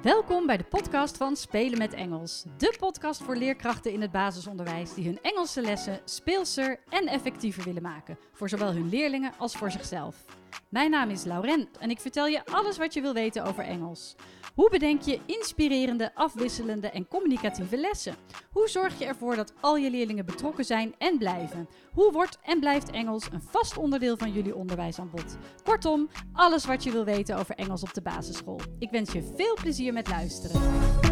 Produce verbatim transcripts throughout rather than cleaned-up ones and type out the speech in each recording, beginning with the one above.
Welkom bij de podcast van Spelen met Engels. De podcast voor leerkrachten in het basisonderwijs die hun Engelse lessen speelser en effectiever willen maken. Voor zowel hun leerlingen als voor zichzelf. Mijn naam is Lauren en ik vertel je alles wat je wil weten over Engels. Hoe bedenk je inspirerende, afwisselende en communicatieve lessen? Hoe zorg je ervoor dat al je leerlingen betrokken zijn en blijven? Hoe wordt en blijft Engels een vast onderdeel van jullie onderwijsaanbod? Kortom, alles wat je wil weten over Engels op de basisschool. Ik wens je veel plezier met luisteren.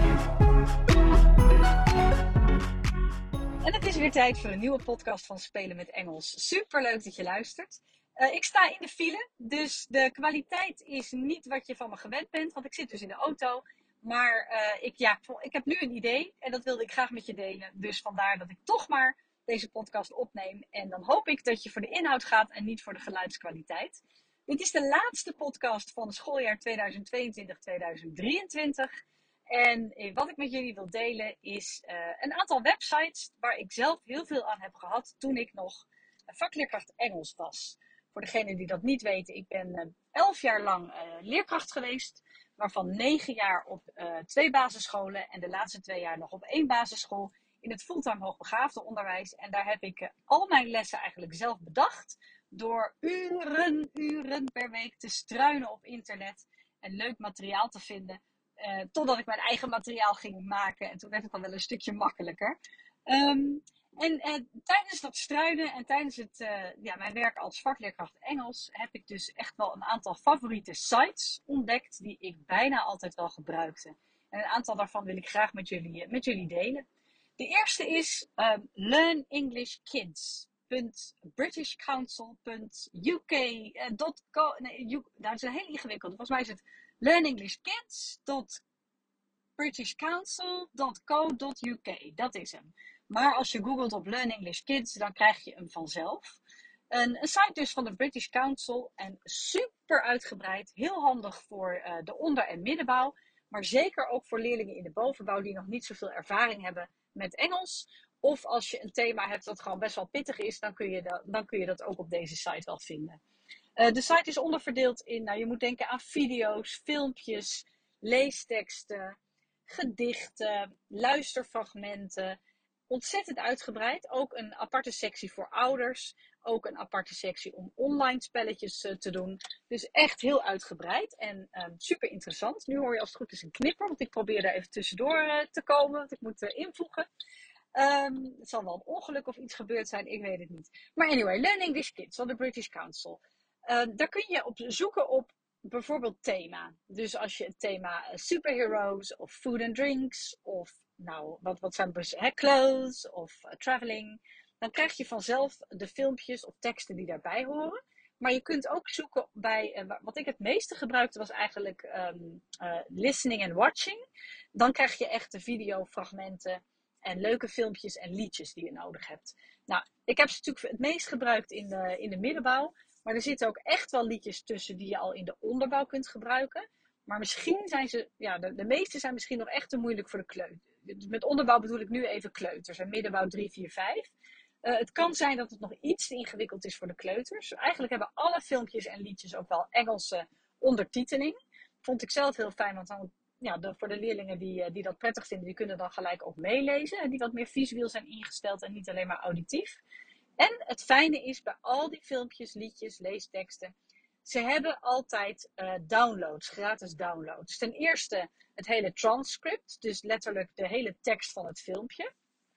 En het is weer tijd voor een nieuwe podcast van Spelen met Engels. Superleuk dat je luistert. Uh, ik sta in de file, dus de kwaliteit is niet wat je van me gewend bent, want ik zit dus in de auto. Maar uh, ik, ja, ik heb nu een idee en dat wilde ik graag met je delen. Dus vandaar dat ik toch maar deze podcast opneem. En dan hoop ik dat je voor de inhoud gaat en niet voor de geluidskwaliteit. Dit is de laatste podcast van het schooljaar tweeduizend tweeëntwintig tweeduizend drieëntwintig. En wat ik met jullie wil delen is uh, een aantal websites waar ik zelf heel veel aan heb gehad toen ik nog vakleerkracht Engels was. Voor degenen die dat niet weten, ik ben uh, elf jaar lang uh, leerkracht geweest. Waarvan negen jaar op uh, twee basisscholen en de laatste twee jaar nog op één basisschool in het fulltime hoogbegaafde onderwijs. En daar heb ik uh, al mijn lessen eigenlijk zelf bedacht. Door uren, uren per week te struinen op internet en leuk materiaal te vinden. Uh, totdat ik mijn eigen materiaal ging maken. En toen werd het dan wel een stukje makkelijker. Um, en uh, tijdens dat struinen en tijdens het, uh, ja, mijn werk als vakleerkracht Engels heb ik dus echt wel een aantal favoriete sites ontdekt die ik bijna altijd wel gebruikte. En een aantal daarvan wil ik graag met jullie, met jullie delen. De eerste is um, learn english kids dot british council dot u k dot co. Nee, u, dat is een heel ingewikkeld. Volgens mij is het learn english kids dot british council dot co dot u k. Dat is hem. Maar als je googelt op Learn English Kids, dan krijg je hem vanzelf. Een, een site dus van de British Council en super uitgebreid. Heel handig voor uh, de onder- en middenbouw. Maar zeker ook voor leerlingen in de bovenbouw die nog niet zoveel ervaring hebben met Engels. Of als je een thema hebt dat gewoon best wel pittig is, dan kun je dat, dan kun je dat ook op deze site wel vinden. Uh, de site is onderverdeeld in, nou je moet denken aan video's, filmpjes, leesteksten, gedichten, luisterfragmenten. Ontzettend uitgebreid. Ook een aparte sectie voor ouders. Ook een aparte sectie om online spelletjes uh, te doen. Dus echt heel uitgebreid en um, super interessant. Nu hoor je als het goed is een knipper. Want ik probeer daar even tussendoor uh, te komen. Want ik moet uh, invoegen. Um, het zal wel een ongeluk of iets gebeurd zijn. Ik weet het niet. Maar anyway, Learn English Kids van de British Council. Uh, daar kun je op zoeken op bijvoorbeeld thema. Dus als je het thema uh, superheroes of food and drinks of nou, wat, wat zijn he, clothes of uh, traveling. Dan krijg je vanzelf de filmpjes of teksten die daarbij horen. Maar je kunt ook zoeken bij, uh, wat ik het meeste gebruikte was eigenlijk um, uh, listening and watching. Dan krijg je echt de videofragmenten en leuke filmpjes en liedjes die je nodig hebt. Nou, ik heb ze natuurlijk het meest gebruikt in de, in de middenbouw. Maar er zitten ook echt wel liedjes tussen die je al in de onderbouw kunt gebruiken. Maar misschien zijn ze, ja, de, de meeste zijn misschien nog echt te moeilijk voor de kleuter. Met onderbouw bedoel ik nu even kleuters en middenbouw drie, vier, vijf. Uh, het kan zijn dat het nog iets te ingewikkeld is voor de kleuters. Eigenlijk hebben alle filmpjes en liedjes ook wel Engelse ondertiteling. Vond ik zelf heel fijn, want dan, ja, de, voor de leerlingen die, die dat prettig vinden, die kunnen dan gelijk ook meelezen. En die wat meer visueel zijn ingesteld en niet alleen maar auditief. En het fijne is bij al die filmpjes, liedjes, leesteksten. Ze hebben altijd uh, downloads, gratis downloads. Ten eerste het hele transcript, dus letterlijk de hele tekst van het filmpje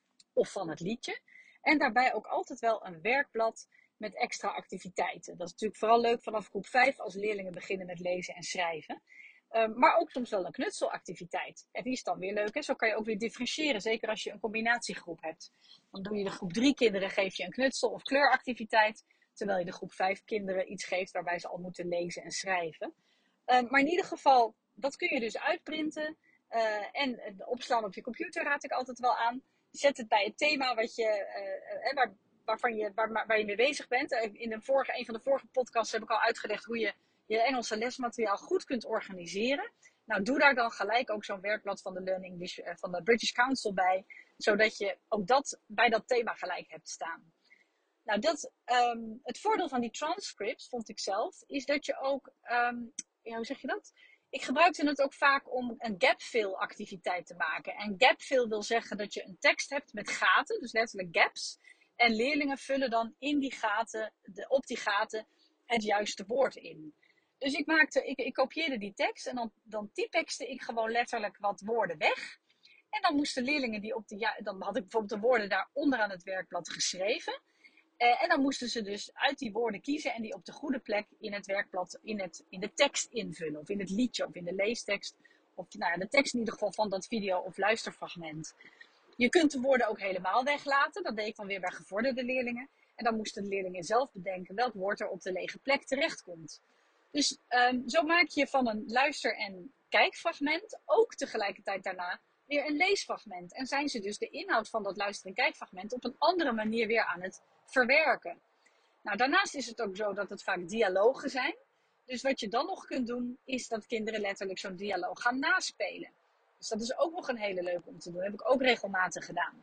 of van het liedje. En daarbij ook altijd wel een werkblad met extra activiteiten. Dat is natuurlijk vooral leuk vanaf groep vijf als leerlingen beginnen met lezen en schrijven. Um, maar ook soms wel een knutselactiviteit. En die is dan weer leuk. Hè? Zo kan je ook weer differentiëren. Zeker als je een combinatiegroep hebt. Dan doe je de groep drie kinderen, geef je een knutsel- of kleuractiviteit. Terwijl je de groep vijf kinderen iets geeft waarbij ze al moeten lezen en schrijven. Um, maar in ieder geval, dat kun je dus uitprinten. Uh, en uh, opslaan op je computer raad ik altijd wel aan. Zet het bij het thema wat je, uh, uh, waar, waarvan je, waar, waar je mee bezig bent. Uh, in een, vorige, een van de vorige podcasts heb ik al uitgelegd hoe je je Engelse lesmateriaal goed kunt organiseren. Nou, doe daar dan gelijk ook zo'n werkblad van de Learn English uh, van de British Council bij. Zodat je ook dat bij dat thema gelijk hebt staan. Nou, dat, um, het voordeel van die transcripts, vond ik zelf, is dat je ook, um, ja, hoe zeg je dat? Ik gebruikte het ook vaak om een gapfill activiteit te maken. En gapfill wil zeggen dat je een tekst hebt met gaten, dus letterlijk gaps. En leerlingen vullen dan in die gaten, de, op die gaten, het juiste woord in. Dus ik, maakte, ik, ik kopieerde die tekst en dan, dan typexte ik gewoon letterlijk wat woorden weg. En dan moesten leerlingen die op de, ja, dan had ik bijvoorbeeld de woorden daar onderaan het werkblad geschreven. Uh, en dan moesten ze dus uit die woorden kiezen en die op de goede plek in het werkblad, in, het, in de tekst invullen. Of in het liedje, of in de leestekst. Of nou ja, de tekst in ieder geval van dat video- of luisterfragment. Je kunt de woorden ook helemaal weglaten. Dat deed ik dan weer bij gevorderde leerlingen. En dan moesten de leerlingen zelf bedenken welk woord er op de lege plek terechtkomt. Dus um, zo maak je van een luister- en kijkfragment ook tegelijkertijd daarna weer een leesfragment. En zijn ze dus de inhoud van dat luister- en kijkfragment op een andere manier weer aan het verwerken. Nou, daarnaast is het ook zo dat het vaak dialogen zijn. Dus wat je dan nog kunt doen, is dat kinderen letterlijk zo'n dialoog gaan naspelen. Dus dat is ook nog een hele leuke om te doen. Dat heb ik ook regelmatig gedaan.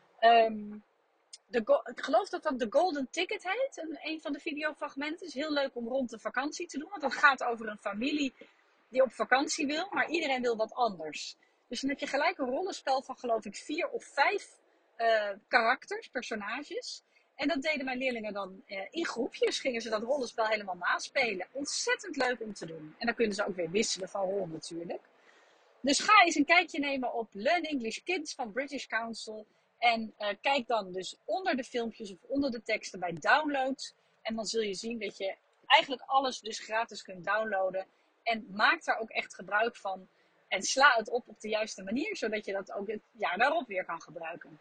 Um, de go- ik geloof dat dat de Golden Ticket heet. Een, een van de videofragmenten. Het is heel leuk om rond de vakantie te doen. Want dat gaat over een familie die op vakantie wil. Maar iedereen wil wat anders. Dus dan heb je gelijk een rollenspel van geloof ik vier of vijf uh, karakters, personages. En dat deden mijn leerlingen dan uh, in groepjes. Gingen ze dat rollenspel helemaal naspelen. Ontzettend leuk om te doen. En dan kunnen ze ook weer wisselen van rol natuurlijk. Dus ga eens een kijkje nemen op Learn English Kids van British Council. En uh, kijk dan dus onder de filmpjes of onder de teksten bij downloads. En dan zul je zien dat je eigenlijk alles dus gratis kunt downloaden. En maak daar ook echt gebruik van. En sla het op op de juiste manier, zodat je dat ook het jaar daarop weer kan gebruiken.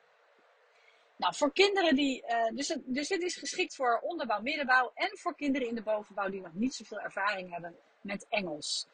Nou, voor kinderen die, uh, dus, het, dus dit is geschikt voor onderbouw, middenbouw en voor kinderen in de bovenbouw die nog niet zoveel ervaring hebben met Engels.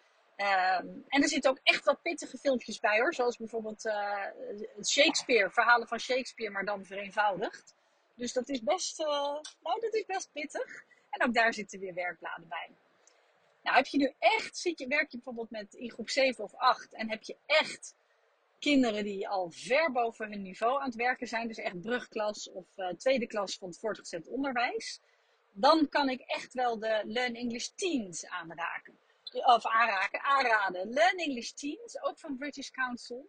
Um, en er zitten ook echt wel pittige filmpjes bij hoor, zoals bijvoorbeeld uh, Shakespeare, verhalen van Shakespeare, maar dan vereenvoudigd. Dus dat is best, uh, nou, dat is best pittig. En ook daar zitten weer werkbladen bij. Nou, heb je nu echt, zit je, werk je bijvoorbeeld met in groep zeven of acht en heb je echt kinderen die al ver boven hun niveau aan het werken zijn, dus echt brugklas of uh, tweede klas van het voortgezet onderwijs, dan kan ik echt wel de Learn English Teens aanraken. Of aanraken, aanraden. Learn English Teens, ook van British Council.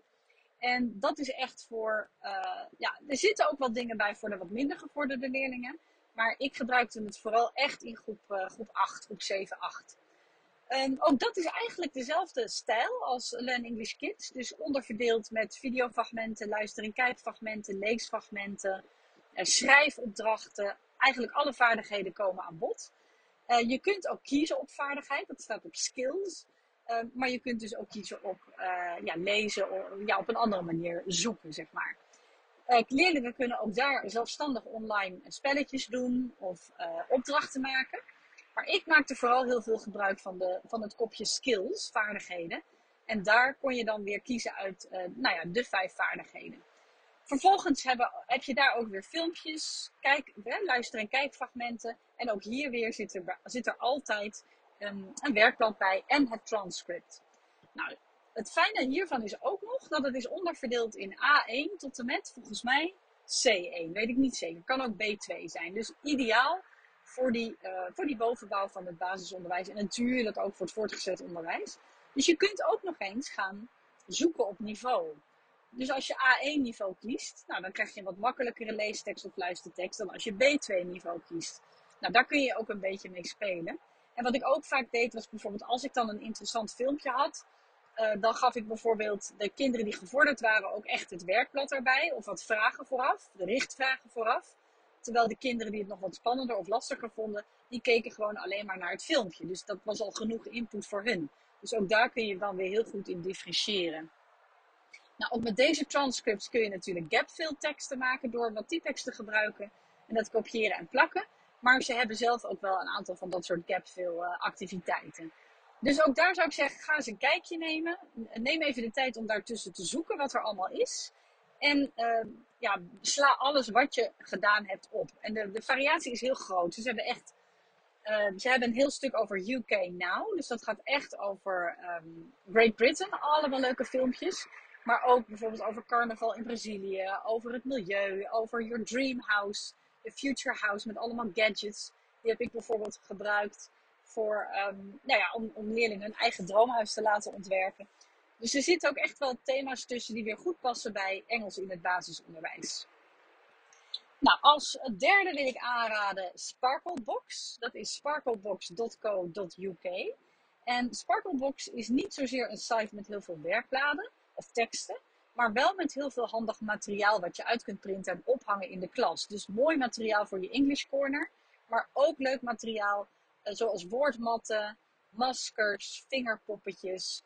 En dat is echt voor, uh, ja, er zitten ook wat dingen bij voor de wat minder gevorderde leerlingen. Maar ik gebruikte het vooral echt in groep, uh, groep acht, groep zeven, acht. Um, ook dat is eigenlijk dezelfde stijl als Learn English Kids. Dus onderverdeeld met videofragmenten, luister- en kijkfragmenten, leesfragmenten, uh, schrijfopdrachten. Eigenlijk alle vaardigheden komen aan bod. Uh, je kunt ook kiezen op vaardigheid, dat staat op skills. Uh, maar je kunt dus ook kiezen op uh, ja, lezen of ja, op een andere manier zoeken, zeg maar. Uh, leerlingen kunnen ook daar zelfstandig online spelletjes doen of uh, opdrachten maken. Maar ik maakte vooral heel veel gebruik van, de, van het kopje skills, vaardigheden. En daar kon je dan weer kiezen uit uh, nou ja, de vijf vaardigheden. Vervolgens hebben, heb je daar ook weer filmpjes, kijk, luister- en kijkfragmenten. En ook hier weer zit er, zit er altijd um, een werkblad bij en het transcript. Nou, het fijne hiervan is ook nog dat het is onderverdeeld in A één tot en met volgens mij C één. Weet ik niet zeker. Kan ook B twee zijn. Dus ideaal voor die, uh, voor die bovenbouw van het basisonderwijs. En natuurlijk ook voor het voortgezet onderwijs. Dus je kunt ook nog eens gaan zoeken op niveau. Dus als je A één niveau kiest, nou, dan krijg je een wat makkelijkere leestekst of luistertekst dan als je B twee niveau kiest. Nou, daar kun je ook een beetje mee spelen. En wat ik ook vaak deed was bijvoorbeeld als ik dan een interessant filmpje had, uh, dan gaf ik bijvoorbeeld de kinderen die gevorderd waren ook echt het werkblad erbij. Of wat vragen vooraf, de richtvragen vooraf. Terwijl de kinderen die het nog wat spannender of lastiger vonden, die keken gewoon alleen maar naar het filmpje. Dus dat was al genoeg input voor hun. Dus ook daar kun je dan weer heel goed in differentiëren. Nou, ook met deze transcripts kun je natuurlijk gapfill teksten maken door wat typex te gebruiken en dat kopiëren en plakken. Maar ze hebben zelf ook wel een aantal van dat soort gapfill uh, activiteiten. Dus ook daar zou ik zeggen, ga eens een kijkje nemen. Neem even de tijd om daartussen te zoeken wat er allemaal is. En uh, ja, sla alles wat je gedaan hebt op. En de, de variatie is heel groot. Ze hebben echt, uh, ze hebben een heel stuk over U K Now. Dus dat gaat echt over um, Great Britain. Allemaal leuke filmpjes. Maar ook bijvoorbeeld over carnaval in Brazilië, over het milieu, over Your Dream House, de Future House met allemaal gadgets. Die heb ik bijvoorbeeld gebruikt. voor, um, nou ja, om, om leerlingen hun eigen droomhuis te laten ontwerpen. Dus er zitten ook echt wel thema's tussen die weer goed passen bij Engels in het basisonderwijs. Nou, als derde wil ik aanraden Sparklebox. Dat is sparklebox dot co dot u k. En Sparklebox is niet zozeer een site met heel veel werkbladen of teksten, maar wel met heel veel handig materiaal wat je uit kunt printen en ophangen in de klas. Dus mooi materiaal voor je English Corner, maar ook leuk materiaal eh, zoals woordmatten, maskers, vingerpoppetjes.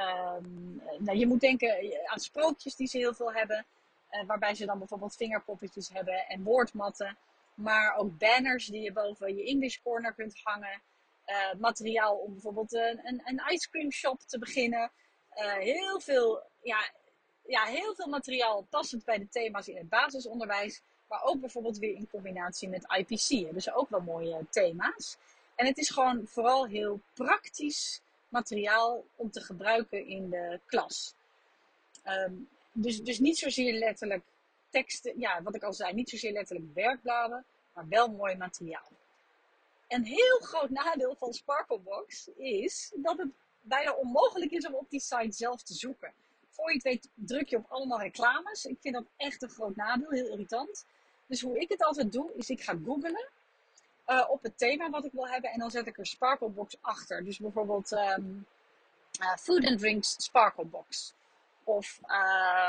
Um, nou, je moet denken aan sprookjes die ze heel veel hebben. Uh, waarbij ze dan bijvoorbeeld vingerpoppetjes hebben en woordmatten. Maar ook banners die je boven je English Corner kunt hangen. Uh, materiaal om bijvoorbeeld een, een, een ice cream shop te beginnen. Uh, heel, veel, ja, ja, heel veel materiaal passend bij de thema's in het basisonderwijs. Maar ook bijvoorbeeld weer in combinatie met I P C. Hebben ze ook wel mooie thema's. En het is gewoon vooral heel praktisch materiaal om te gebruiken in de klas. Um, Dus, dus niet zozeer letterlijk teksten, ja, wat ik al zei, niet zozeer letterlijk werkbladen, maar wel mooi materiaal. Een heel groot nadeel van Sparklebox is dat het bijna onmogelijk is om op die site zelf te zoeken. Voor je het weet druk je op allemaal reclames. Ik vind dat echt een groot nadeel, heel irritant. Dus hoe ik het altijd doe, is ik ga googlen uh, op het thema wat ik wil hebben en dan zet ik er Sparklebox achter. Dus bijvoorbeeld um, uh, Food and Drinks Sparklebox. Of uh,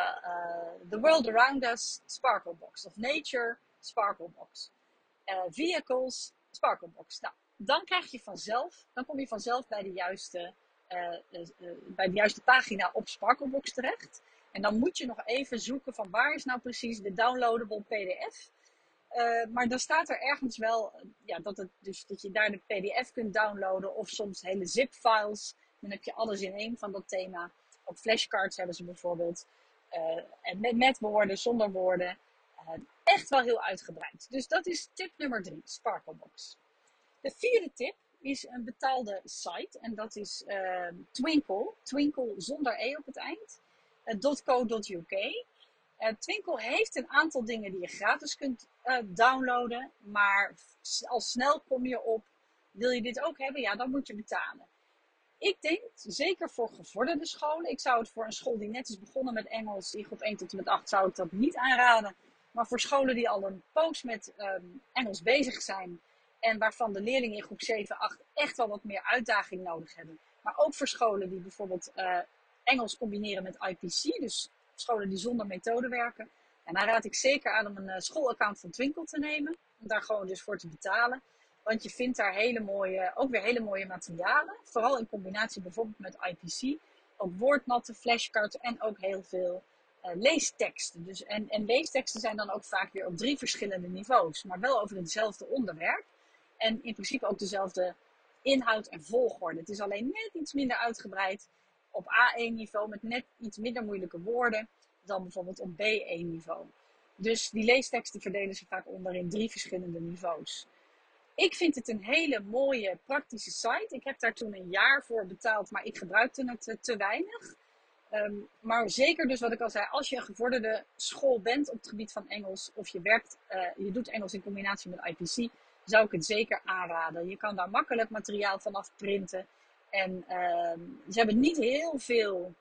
uh, The World Around Us, Sparklebox. Of Nature, Sparklebox. Uh, vehicles, Sparklebox. Nou, dan krijg je vanzelf, dan kom je vanzelf bij de juiste, uh, uh, uh, bij de juiste pagina op Sparklebox terecht. En dan moet je nog even zoeken van waar is nou precies de downloadable P D F. Uh, maar dan staat er ergens wel uh, ja, dat, het, dus, dat je daar de P D F kunt downloaden. Of soms hele zip-files. Dan heb je alles in één van dat thema. Op flashcards hebben ze bijvoorbeeld. Uh, met, met woorden, zonder woorden. Uh, echt wel heel uitgebreid. Dus dat is tip nummer drie, Sparklebox. De vierde tip is een betaalde site. En dat is uh, Twinkle. Twinkle zonder e op het eind. Uh, .co dot u k. Uh, Twinkle heeft een aantal dingen die je gratis kunt uh, downloaden. Maar al snel kom je op, wil je dit ook hebben? Ja, dan moet je betalen. Ik denk, zeker voor gevorderde scholen. Ik zou het voor een school die net is begonnen met Engels, in groep één tot en met acht, zou ik dat niet aanraden. Maar voor scholen die al een poos met um, Engels bezig zijn. En waarvan de leerlingen in groep zeven, acht echt wel wat meer uitdaging nodig hebben. Maar ook voor scholen die bijvoorbeeld uh, Engels combineren met I P C. Dus scholen die zonder methode werken. En dan raad ik zeker aan om een uh, schoolaccount van Twinkle te nemen. Om daar gewoon dus voor te betalen. Want je vindt daar hele mooie, ook weer hele mooie materialen. Vooral in combinatie bijvoorbeeld met I P C. Ook woordmatten, flashcards en ook heel veel uh, leesteksten. Dus, en, en leesteksten zijn dan ook vaak weer op drie verschillende niveaus. Maar wel over hetzelfde onderwerp. En in principe ook dezelfde inhoud en volgorde. Het is alleen net iets minder uitgebreid op A één niveau. Met net iets minder moeilijke woorden dan bijvoorbeeld op B één niveau. Dus die leesteksten verdelen ze vaak onder in drie verschillende niveaus. Ik vind het een hele mooie, praktische site. Ik heb daar toen een jaar voor betaald, maar ik gebruikte het te, te weinig. Um, maar zeker dus wat ik al zei, als je een gevorderde school bent op het gebied van Engels, of je werkt, uh, je doet Engels in combinatie met I P C, zou ik het zeker aanraden. Je kan daar makkelijk materiaal vanaf printen. En um, ze hebben niet heel veel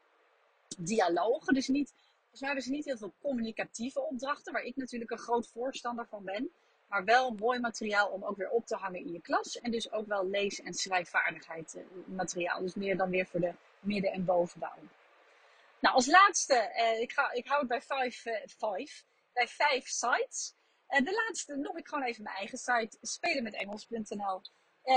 dialogen, dus niet, dus hebben ze niet heel veel communicatieve opdrachten, waar ik natuurlijk een groot voorstander van ben. Maar wel mooi materiaal om ook weer op te hangen in je klas. En dus ook wel lees- en schrijfvaardigheid materiaal. Dus meer dan weer voor de midden- en bovenbouw. Nou, als laatste, eh, ik, ga, ik hou het bij vijf, eh, vijf, bij vijf sites. En de laatste noem ik gewoon even mijn eigen site, spelen met engels punt n l.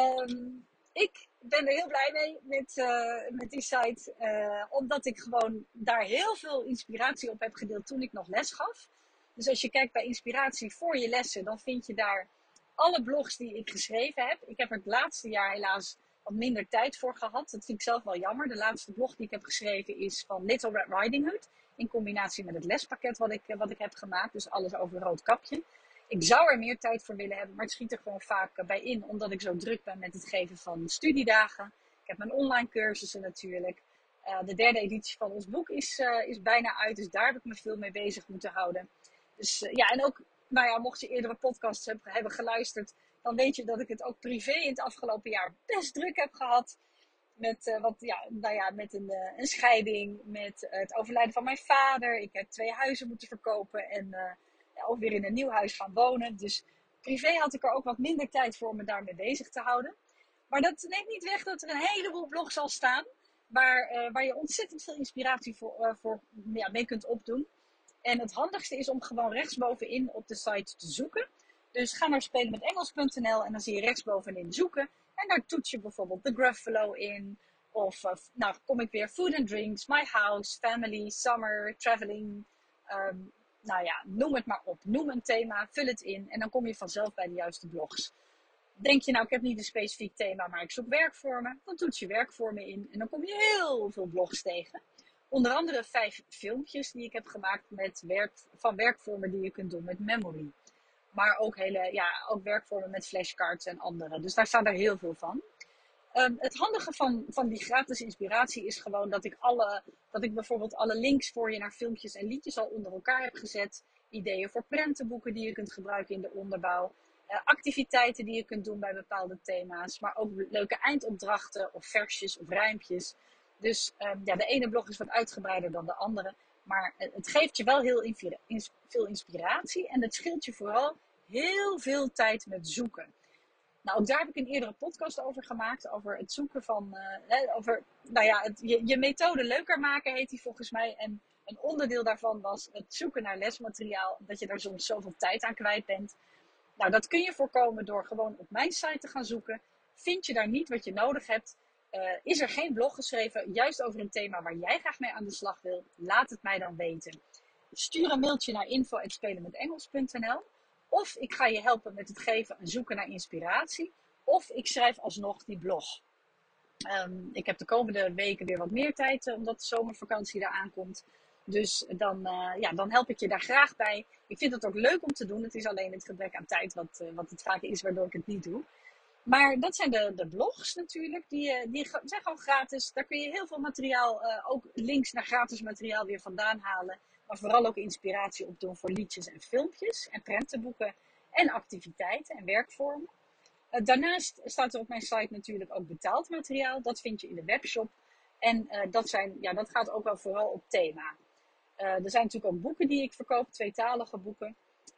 Um, ik ben er heel blij mee met, uh, met die site. Uh, omdat ik gewoon daar heel veel inspiratie op heb gedeeld toen ik nog les gaf. Dus als je kijkt bij inspiratie voor je lessen, dan vind je daar alle blogs die ik geschreven heb. Ik heb er het laatste jaar helaas wat minder tijd voor gehad. Dat vind ik zelf wel jammer. De laatste blog die ik heb geschreven is van Little Red Riding Hood. In combinatie met het lespakket wat ik, wat ik heb gemaakt. Dus alles over Roodkapje. Ik zou er meer tijd voor willen hebben, maar het schiet er gewoon vaak bij in. Omdat ik zo druk ben met het geven van studiedagen. Ik heb mijn online cursussen natuurlijk. Uh, de derde editie van ons boek is, uh, is bijna uit. Dus daar heb ik me veel mee bezig moeten houden. Dus uh, ja, en ook, nou ja, mocht je eerdere podcasts hebben, hebben geluisterd, dan weet je dat ik het ook privé in het afgelopen jaar best druk heb gehad. Met, uh, wat, ja, nou ja, met een, uh, een scheiding, met uh, het overlijden van mijn vader. Ik heb twee huizen moeten verkopen en uh, ja, ook weer in een nieuw huis gaan wonen. Dus privé had ik er ook wat minder tijd voor om me daarmee bezig te houden. Maar dat neemt niet weg dat er een heleboel blogs zal staan. Waar, uh, waar je ontzettend veel inspiratie voor, uh, voor ja, mee kunt opdoen. En het handigste is om gewoon rechtsbovenin op de site te zoeken. Dus ga naar spelen met engels punt n l en dan zie je rechtsbovenin zoeken. En daar toets je bijvoorbeeld de Gruffalo in. Of uh, nou kom ik weer food and drinks, my house, family, summer, traveling. Um, nou ja, noem het maar op. Noem een thema, vul het in. En dan kom je vanzelf bij de juiste blogs. Denk je nou, ik heb niet een specifiek thema, maar ik zoek werkvormen. Dan toets je werkvormen in. En dan kom je heel veel blogs tegen. Onder andere vijf filmpjes die ik heb gemaakt met werk, van werkvormen die je kunt doen met Memory. Maar ook, hele, ja, ook werkvormen met flashcards en andere. Dus daar staan er heel veel van. Um, het handige van, van die gratis inspiratie is gewoon dat ik, alle, dat ik bijvoorbeeld alle links voor je naar filmpjes en liedjes al onder elkaar heb gezet. Ideeën voor prentenboeken die je kunt gebruiken in de onderbouw. Uh, activiteiten die je kunt doen bij bepaalde thema's. Maar ook leuke eindopdrachten of versjes of rijmpjes. Dus um, ja, de ene blog is wat uitgebreider dan de andere. Maar het geeft je wel heel inspira- ins- veel inspiratie. En het scheelt je vooral heel veel tijd met zoeken. Nou, ook daar heb ik een eerdere podcast over gemaakt. Over het zoeken van... Uh, hè, over, nou ja, het, je, je methode leuker maken heet die volgens mij. En een onderdeel daarvan was het zoeken naar lesmateriaal. Dat je daar soms zoveel tijd aan kwijt bent. Nou, dat kun je voorkomen door gewoon op mijn site te gaan zoeken. Vind je daar niet wat je nodig hebt? Uh, is er geen blog geschreven juist over een thema waar jij graag mee aan de slag wil? Laat het mij dan weten. Stuur een mailtje naar info at spelen met engels punt n l. Of ik ga je helpen met het geven en zoeken naar inspiratie. Of ik schrijf alsnog die blog. Um, ik heb de komende weken weer wat meer tijd, uh, omdat de zomervakantie daar aankomt. Dus dan, uh, ja, dan help ik je daar graag bij. Ik vind het ook leuk om te doen. Het is alleen het gebrek aan tijd wat, uh, wat het vaak is waardoor ik het niet doe. Maar dat zijn de, de blogs natuurlijk. Die, uh, die zijn gewoon gratis. Daar kun je heel veel materiaal, uh, ook links naar gratis materiaal weer vandaan halen. Maar vooral ook inspiratie opdoen voor liedjes en filmpjes. En prentenboeken en activiteiten en werkvormen. Uh, daarnaast staat er op mijn site natuurlijk ook betaald materiaal. Dat vind je in de webshop. En uh, dat, zijn, ja, dat gaat ook wel vooral op thema. Uh, er zijn natuurlijk ook boeken die ik verkoop, tweetalige boeken.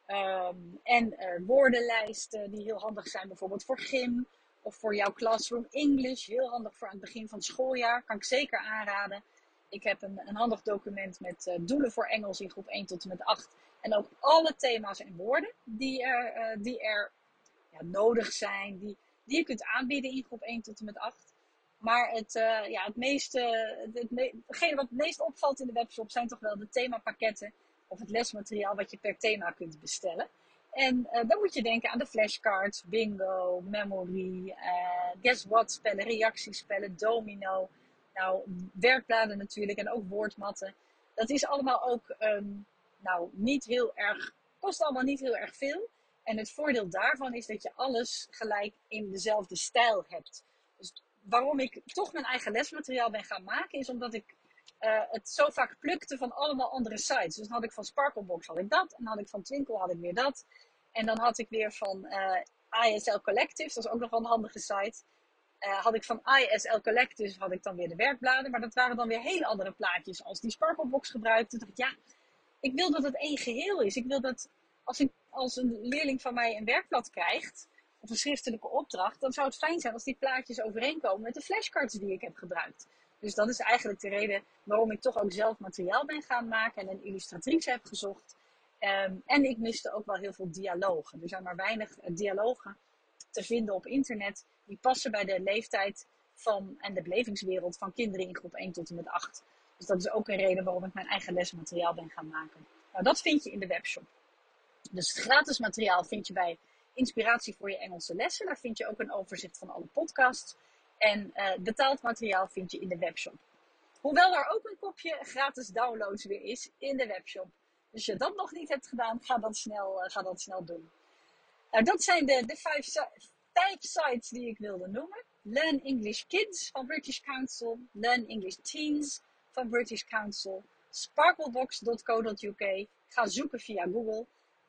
Um, en uh, woordenlijsten die heel handig zijn, bijvoorbeeld voor gym of voor jouw classroom English. Heel handig voor aan het begin van het schooljaar, kan ik zeker aanraden. Ik heb een, een handig document met uh, doelen voor Engels in groep één tot en met acht. En ook alle thema's en woorden die er, uh, die er ja, nodig zijn, die, die je kunt aanbieden in groep één tot en met acht. Maar het, uh, ja, het meeste, het me, hetgene wat het meest opvalt in de webshop zijn toch wel de themapakketten of het lesmateriaal wat je per thema kunt bestellen. En uh, dan moet je denken aan de flashcards, bingo, memory, uh, guess what spellen, reactiespellen, domino. Nou, werkbladen natuurlijk en ook woordmatten. Dat is allemaal ook um, nou, niet heel erg, kost allemaal niet heel erg veel. En het voordeel daarvan is dat je alles gelijk in dezelfde stijl hebt. Dus waarom ik toch mijn eigen lesmateriaal ben gaan maken, is omdat ik uh, het zo vaak plukte van allemaal andere sites. Dus dan had ik van Sparklebox had ik dat, en dan had ik van Twinkle had ik weer dat. En dan had ik weer van uh, I S L Collective, dat is ook nog wel een handige site. Uh, had ik van I S L Collective had ik dan weer de werkbladen, maar dat waren dan weer hele andere plaatjes als die Sparklebox gebruikte. Toen dacht ik, ja, ik wil dat het één geheel is. Ik wil dat als een, als een leerling van mij een werkblad krijgt, of een schriftelijke opdracht, dan zou het fijn zijn als die plaatjes overeenkomen met de flashcards die ik heb gebruikt. Dus dat is eigenlijk de reden waarom ik toch ook zelf materiaal ben gaan maken en een illustratrice heb gezocht. Um, en ik miste ook wel heel veel dialogen. Er zijn maar weinig uh, dialogen te vinden op internet die passen bij de leeftijd van, en de belevingswereld van kinderen in groep één tot en met acht. Dus dat is ook een reden waarom ik mijn eigen lesmateriaal ben gaan maken. Nou, dat vind je in de webshop. Dus het gratis materiaal vind je bij Inspiratie voor je Engelse lessen. Daar vind je ook een overzicht van alle podcasts. En uh, betaald materiaal vind je in de webshop. Hoewel er ook een kopje gratis downloads weer is in de webshop. Dus als je dat nog niet hebt gedaan, ga dat snel, uh, ga dat snel doen. Nou, dat zijn de, de vijf, vijf sites die ik wilde noemen. Learn English Kids van British Council. Learn English Teens van British Council. Sparklebox dot co dot u k. Ga zoeken via Google.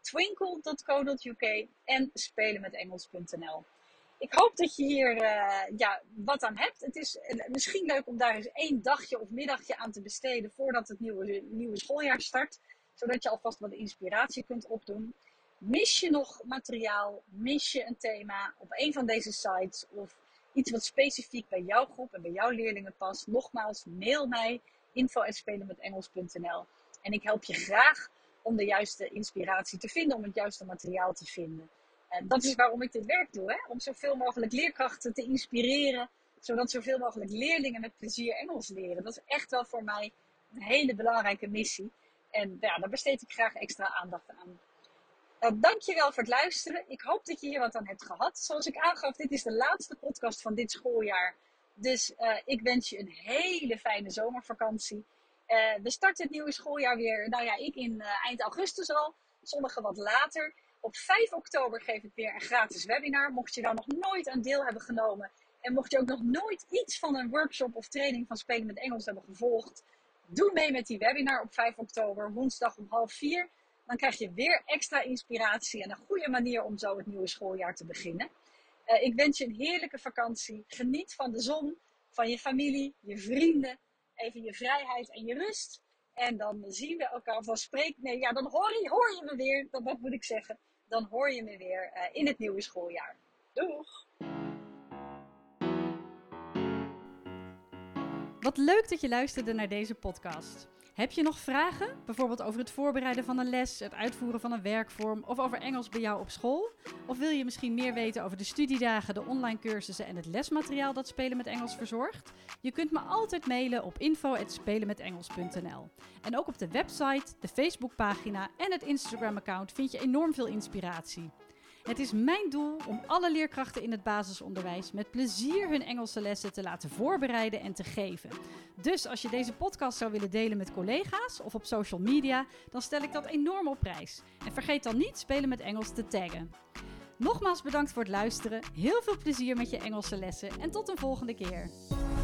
twinkle dot co dot uk en spelen met engels punt n l. Ik hoop dat je hier uh, ja, wat aan hebt. Het is uh, misschien leuk om daar eens één dagje of middagje aan te besteden voordat het nieuwe, nieuwe schooljaar start. Zodat je alvast wat inspiratie kunt opdoen. Mis je nog materiaal? Mis je een thema op een van deze sites? Of iets wat specifiek bij jouw groep en bij jouw leerlingen past? Nogmaals, mail mij info at spelen met engels punt n l. En ik help je graag om de juiste inspiratie te vinden, om het juiste materiaal te vinden. En dat is waarom ik dit werk doe, hè? Om zoveel mogelijk leerkrachten te inspireren, zodat zoveel mogelijk leerlingen met plezier Engels leren. Dat is echt wel voor mij een hele belangrijke missie. En ja, daar besteed ik graag extra aandacht aan. Nou, dankjewel voor het luisteren. Ik hoop dat je hier wat aan hebt gehad. Zoals ik aangaf, dit is de laatste podcast van dit schooljaar. Dus uh, ik wens je een hele fijne zomervakantie. Uh, we starten het nieuwe schooljaar weer. Nou ja, ik in uh, eind augustus al. Sommigen wat later. Op vijf oktober geef ik weer een gratis webinar. Mocht je daar nog nooit aan deel hebben genomen. En mocht je ook nog nooit iets van een workshop of training van Spelen met Engels hebben gevolgd. Doe mee met die webinar op vijf oktober. Woensdag om half vier. Dan krijg je weer extra inspiratie. En een goede manier om zo het nieuwe schooljaar te beginnen. Uh, ik wens je een heerlijke vakantie. Geniet van de zon. Van je familie. Je vrienden. Even je vrijheid en je rust. En dan zien we elkaar, of dan spreek nee, ja, dan hoor je, hoor je me weer, dat, dat moet ik zeggen. Dan hoor je me weer uh, in het nieuwe schooljaar. Doeg! Wat leuk dat je luisterde naar deze podcast. Heb je nog vragen? Bijvoorbeeld over het voorbereiden van een les, het uitvoeren van een werkvorm of over Engels bij jou op school? Of wil je misschien meer weten over de studiedagen, de online cursussen en het lesmateriaal dat Spelen met Engels verzorgt? Je kunt me altijd mailen op info at spelen met engels punt n l. En ook op de website, de Facebookpagina en het Instagram-account vind je enorm veel inspiratie. Het is mijn doel om alle leerkrachten in het basisonderwijs met plezier hun Engelse lessen te laten voorbereiden en te geven. Dus als je deze podcast zou willen delen met collega's of op social media, dan stel ik dat enorm op prijs. En vergeet dan niet Spelen met Engels te taggen. Nogmaals bedankt voor het luisteren, heel veel plezier met je Engelse lessen en tot een volgende keer.